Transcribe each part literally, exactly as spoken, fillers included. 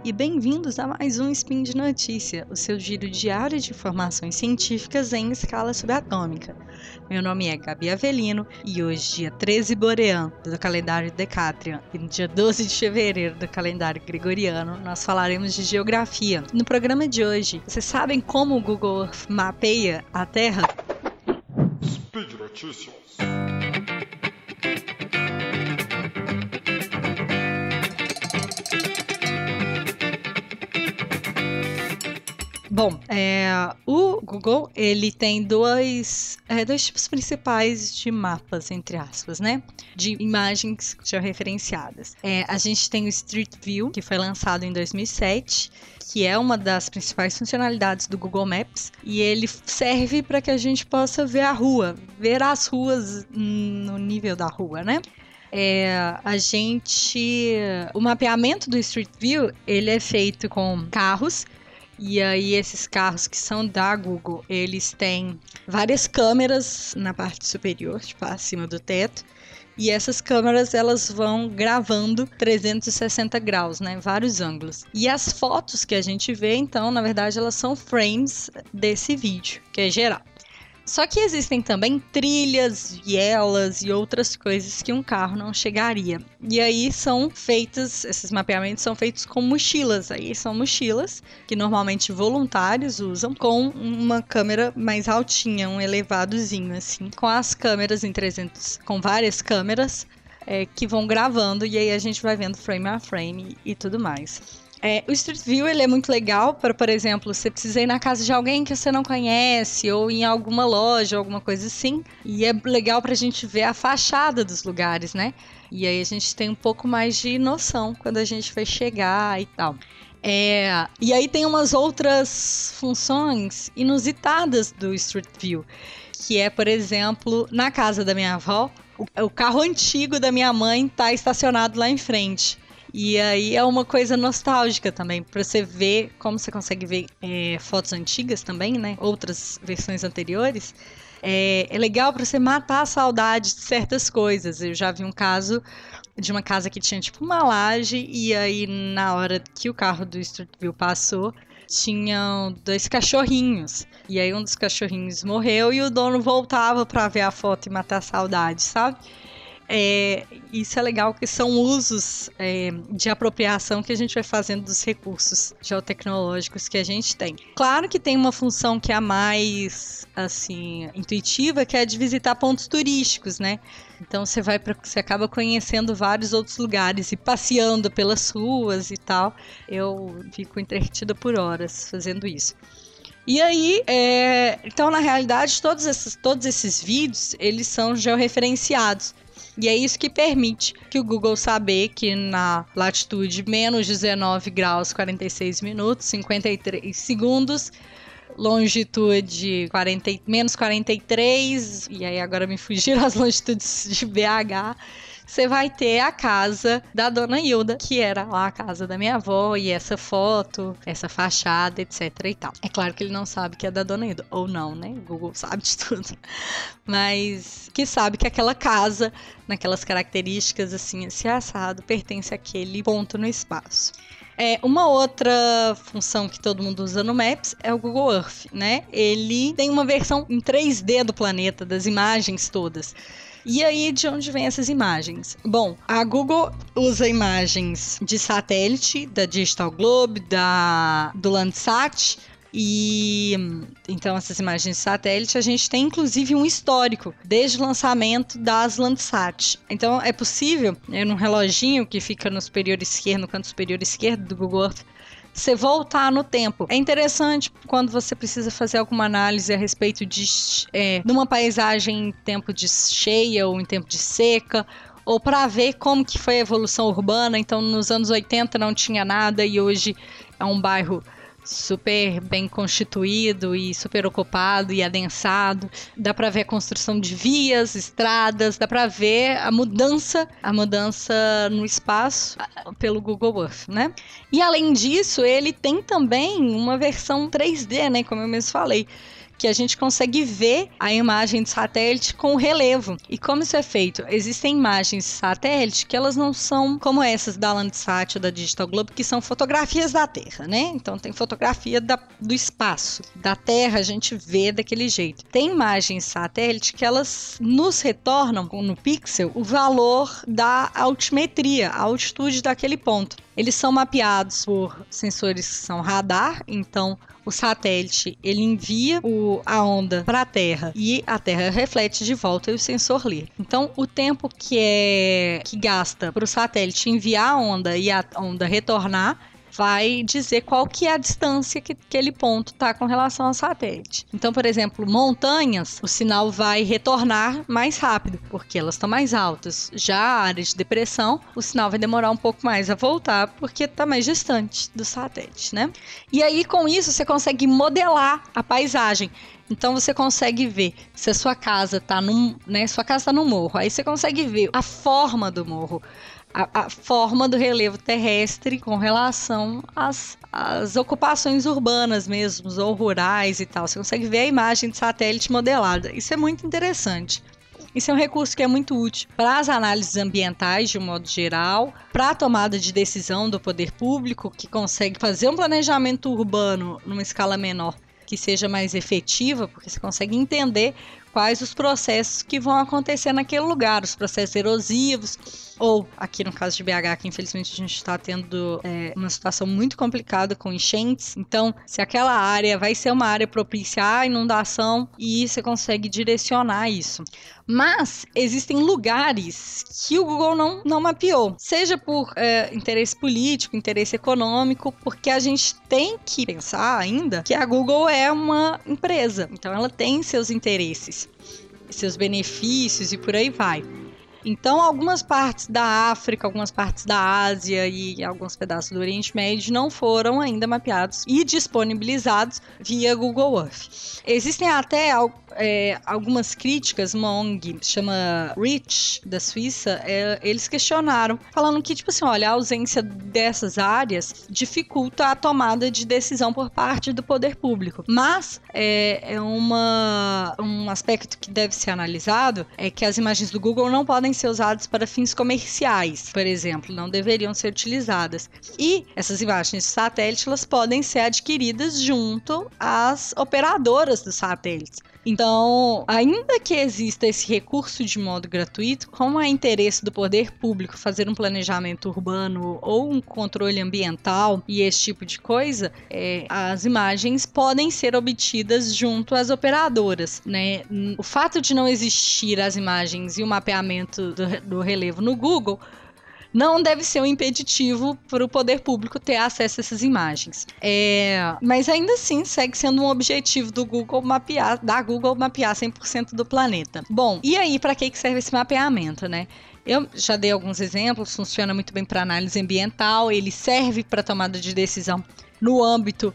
e bem-vindos a mais um Spin de Notícia, o seu giro diário de informações científicas em escala subatômica. Meu nome é Gabi Avelino e hoje, dia treze Borean do calendário Decatrian e no dia doze de fevereiro do calendário Gregoriano, nós falaremos de geografia. No programa de hoje, vocês sabem como o Google Earth mapeia a Terra? Speed Notícias. Bom, é, o Google ele tem dois, é, dois tipos principais de mapas, entre aspas, né? De imagens georreferenciadas. É, a gente tem o Street View, que foi lançado em dois mil e sete, que é uma das principais funcionalidades do Google Maps, e ele serve para que a gente possa ver a rua, ver as ruas no nível da rua, né? É, a gente... O mapeamento do Street View, ele é feito com carros. E aí esses carros que são da Google, eles têm várias câmeras na parte superior, tipo acima do teto. E essas câmeras, elas vão gravando trezentos e sessenta graus, né? Vários ângulos. E as fotos que a gente vê, então, na verdade, elas são frames desse vídeo, que é geral. Só que existem também trilhas, vielas e outras coisas que um carro não chegaria. E aí são feitos, esses mapeamentos são feitos com mochilas. Aí são mochilas que normalmente voluntários usam com uma câmera mais altinha, um elevadozinho assim, com as câmeras em trezentos, com várias câmeras é, que vão gravando e aí a gente vai vendo frame a frame e, e tudo mais. É, o Street View ele é muito legal para, por exemplo, você precisa ir na casa de alguém que você não conhece ou em alguma loja, alguma coisa assim. E é legal para a gente ver a fachada dos lugares, né? E aí a gente tem um pouco mais de noção quando a gente vai chegar e tal. É, e aí tem umas outras funções inusitadas do Street View, que é, por exemplo, na casa da minha avó, o, o carro antigo da minha mãe está estacionado lá em frente. E aí é uma coisa nostálgica também, para você ver como você consegue ver é, fotos antigas também, né? Outras versões anteriores. É, é legal para você matar a saudade de certas coisas. Eu já vi um caso de uma casa que tinha tipo uma laje e aí na hora que o carro do Street View passou, tinham dois cachorrinhos. E aí um dos cachorrinhos morreu e o dono voltava para ver a foto e matar a saudade, sabe? É, isso é legal, que são usos é, de apropriação que a gente vai fazendo dos recursos geotecnológicos que a gente tem. Claro que tem uma função que é a mais assim, intuitiva, que é a de visitar pontos turísticos, né? Então você vai pra, você acaba conhecendo vários outros lugares e passeando pelas ruas e tal. Eu fico entretida por horas fazendo isso. E aí, é, então na realidade todos esses, todos esses vídeos, eles são georreferenciados. E é isso que permite que o Google saber que na latitude menos dezenove graus, quarenta e seis minutos, cinquenta e três segundos, longitude quarenta, menos quarenta e três, e aí agora me fugiram as longitudes de B H, você vai ter a casa da Dona Hilda, que era lá a casa da minha avó, e essa foto, essa fachada, etc e tal. É claro que ele não sabe que é da Dona Hilda, ou não, né? O Google sabe de tudo. Mas que sabe que aquela casa, naquelas características assim, esse assado, pertence àquele ponto no espaço. É, uma outra função que todo mundo usa no Maps é o Google Earth, né? Ele tem uma versão em três D do planeta, das imagens todas. E aí, de onde vem essas imagens? Bom, a Google usa imagens de satélite, da Digital Globe, da, do Landsat, e então essas imagens de satélite, a gente tem inclusive um histórico, desde o lançamento das Landsat. Então é possível, né, num reloginho que fica no superior esquerdo, no canto superior esquerdo do Google Earth, você voltar no tempo. É interessante quando você precisa fazer alguma análise a respeito de, é, de uma paisagem em tempo de cheia ou em tempo de seca, ou para ver como que foi a evolução urbana. Então, nos anos oitenta não tinha nada e hoje é um bairro super bem constituído e super ocupado e adensado. Dá para ver a construção de vias, estradas, dá para ver a mudança, a mudança no espaço pelo Google Earth, né? E além disso, ele tem também uma versão três D, né? Como eu mesmo falei, que a gente consegue ver a imagem de satélite com relevo. E como isso é feito? Existem imagens de satélite que elas não são como essas da Landsat ou da Digital Globe, que são fotografias da Terra, né? Então tem fotografia da, do espaço. Da Terra a gente vê daquele jeito. Tem imagens de satélite que elas nos retornam no pixel o valor da altimetria, a altitude daquele ponto. Eles são mapeados por sensores que são radar, então o satélite ele envia o, a onda para a Terra e a Terra reflete de volta e o sensor lê. Então o tempo que é que gasta para o satélite enviar a onda e a onda retornar vai dizer qual que é a distância que aquele ponto está com relação ao satélite. Então, por exemplo, montanhas, o sinal vai retornar mais rápido, porque elas estão mais altas. Já a área de depressão, o sinal vai demorar um pouco mais a voltar, porque está mais distante do satélite, né? E aí, com isso, você consegue modelar a paisagem. Então você consegue ver se a sua casa está num, né, sua casa está no morro. Aí você consegue ver a forma do morro, a, a forma do relevo terrestre com relação às, às ocupações urbanas mesmo, ou rurais e tal. Você consegue ver a imagem de satélite modelada. Isso é muito interessante. Isso é um recurso que é muito útil para as análises ambientais, de um modo geral, para a tomada de decisão do poder público, que consegue fazer um planejamento urbano numa escala menor, que seja mais efetiva, porque você consegue entender quais os processos que vão acontecer naquele lugar, os processos erosivos, ou aqui no caso de B H, que infelizmente a gente está tendo é, uma situação muito complicada com enchentes. Então, se aquela área vai ser uma área propícia à inundação, e você consegue direcionar isso. Mas existem lugares que o Google não, não mapeou, seja por é, interesse político, interesse econômico, porque a gente tem que pensar ainda que a Google é uma empresa, então ela tem seus interesses, seus benefícios e por aí vai. Então, algumas partes da África, algumas partes da Ásia e alguns pedaços do Oriente Médio não foram ainda mapeados e disponibilizados via Google Earth. Existem até é, algumas críticas, uma O N G chama Reach, da Suíça, é, eles questionaram, falando que, tipo assim, olha, a ausência dessas áreas dificulta a tomada de decisão por parte do poder público. Mas é, é uma, um aspecto que deve ser analisado, é que as imagens do Google não podem ser usadas para fins comerciais, por exemplo, não deveriam ser utilizadas. E essas imagens de satélite, elas podem ser adquiridas junto às operadoras dos satélites. Então, ainda que exista esse recurso de modo gratuito, como é interesse do poder público fazer um planejamento urbano ou um controle ambiental e esse tipo de coisa, é, as imagens podem ser obtidas junto às operadoras, né? O fato de não existir as imagens e o mapeamento do, do relevo no Google não deve ser um impeditivo para o poder público ter acesso a essas imagens. É, mas ainda assim segue sendo um objetivo do Google mapear, da Google mapear cem por cento do planeta. Bom, e aí para que serve esse mapeamento, né? Eu já dei alguns exemplos, funciona muito bem para análise ambiental, ele serve para tomada de decisão no âmbito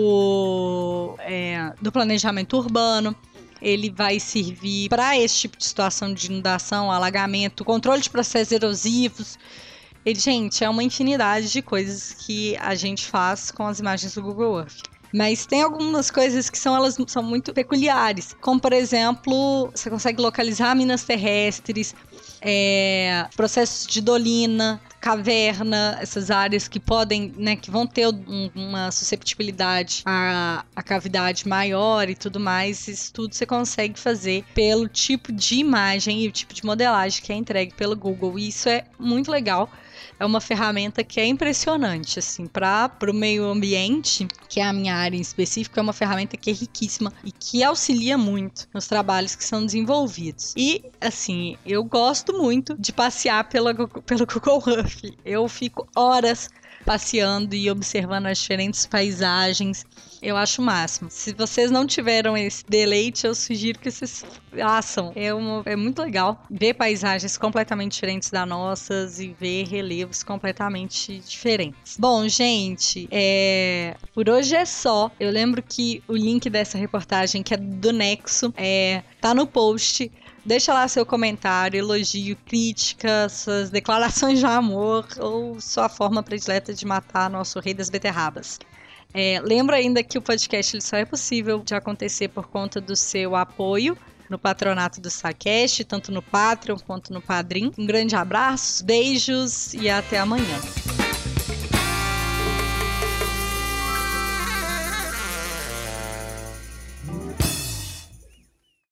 do, é, do planejamento urbano. Ele vai servir para esse tipo de situação de inundação, alagamento, controle de processos erosivos. Ele, gente, é uma infinidade de coisas que a gente faz com as imagens do Google Earth. Mas tem algumas coisas que são, elas são muito peculiares, como, por exemplo, você consegue localizar minas terrestres, é, processos de dolina, caverna, essas áreas que podem, né, que vão ter um, uma susceptibilidade à, à cavidade maior e tudo mais. Isso tudo você consegue fazer pelo tipo de imagem e o tipo de modelagem que é entregue pelo Google. E isso é muito legal. É uma ferramenta que é impressionante, assim, para o meio ambiente, que é a minha área em específico, é uma ferramenta que é riquíssima e que auxilia muito nos trabalhos que são desenvolvidos. E, assim, eu gosto muito de passear pela, pelo Google Earth. Eu fico horas passeando e observando as diferentes paisagens. Eu acho o máximo. Se vocês não tiveram esse deleite, eu sugiro que vocês façam. É, uma, é muito legal ver paisagens completamente diferentes das nossas e ver relevos completamente diferentes. Bom, gente, é... por hoje é só. Eu lembro que o link dessa reportagem, que é do Nexo, é... tá no post. Deixa lá seu comentário, elogio, crítica, suas declarações de amor ou sua forma predileta de matar nosso rei das beterrabas. É, lembra ainda que o podcast ele só é possível de acontecer por conta do seu apoio no patronato do SciCast, tanto no Patreon quanto no Padrim. Um grande abraço, beijos e até amanhã.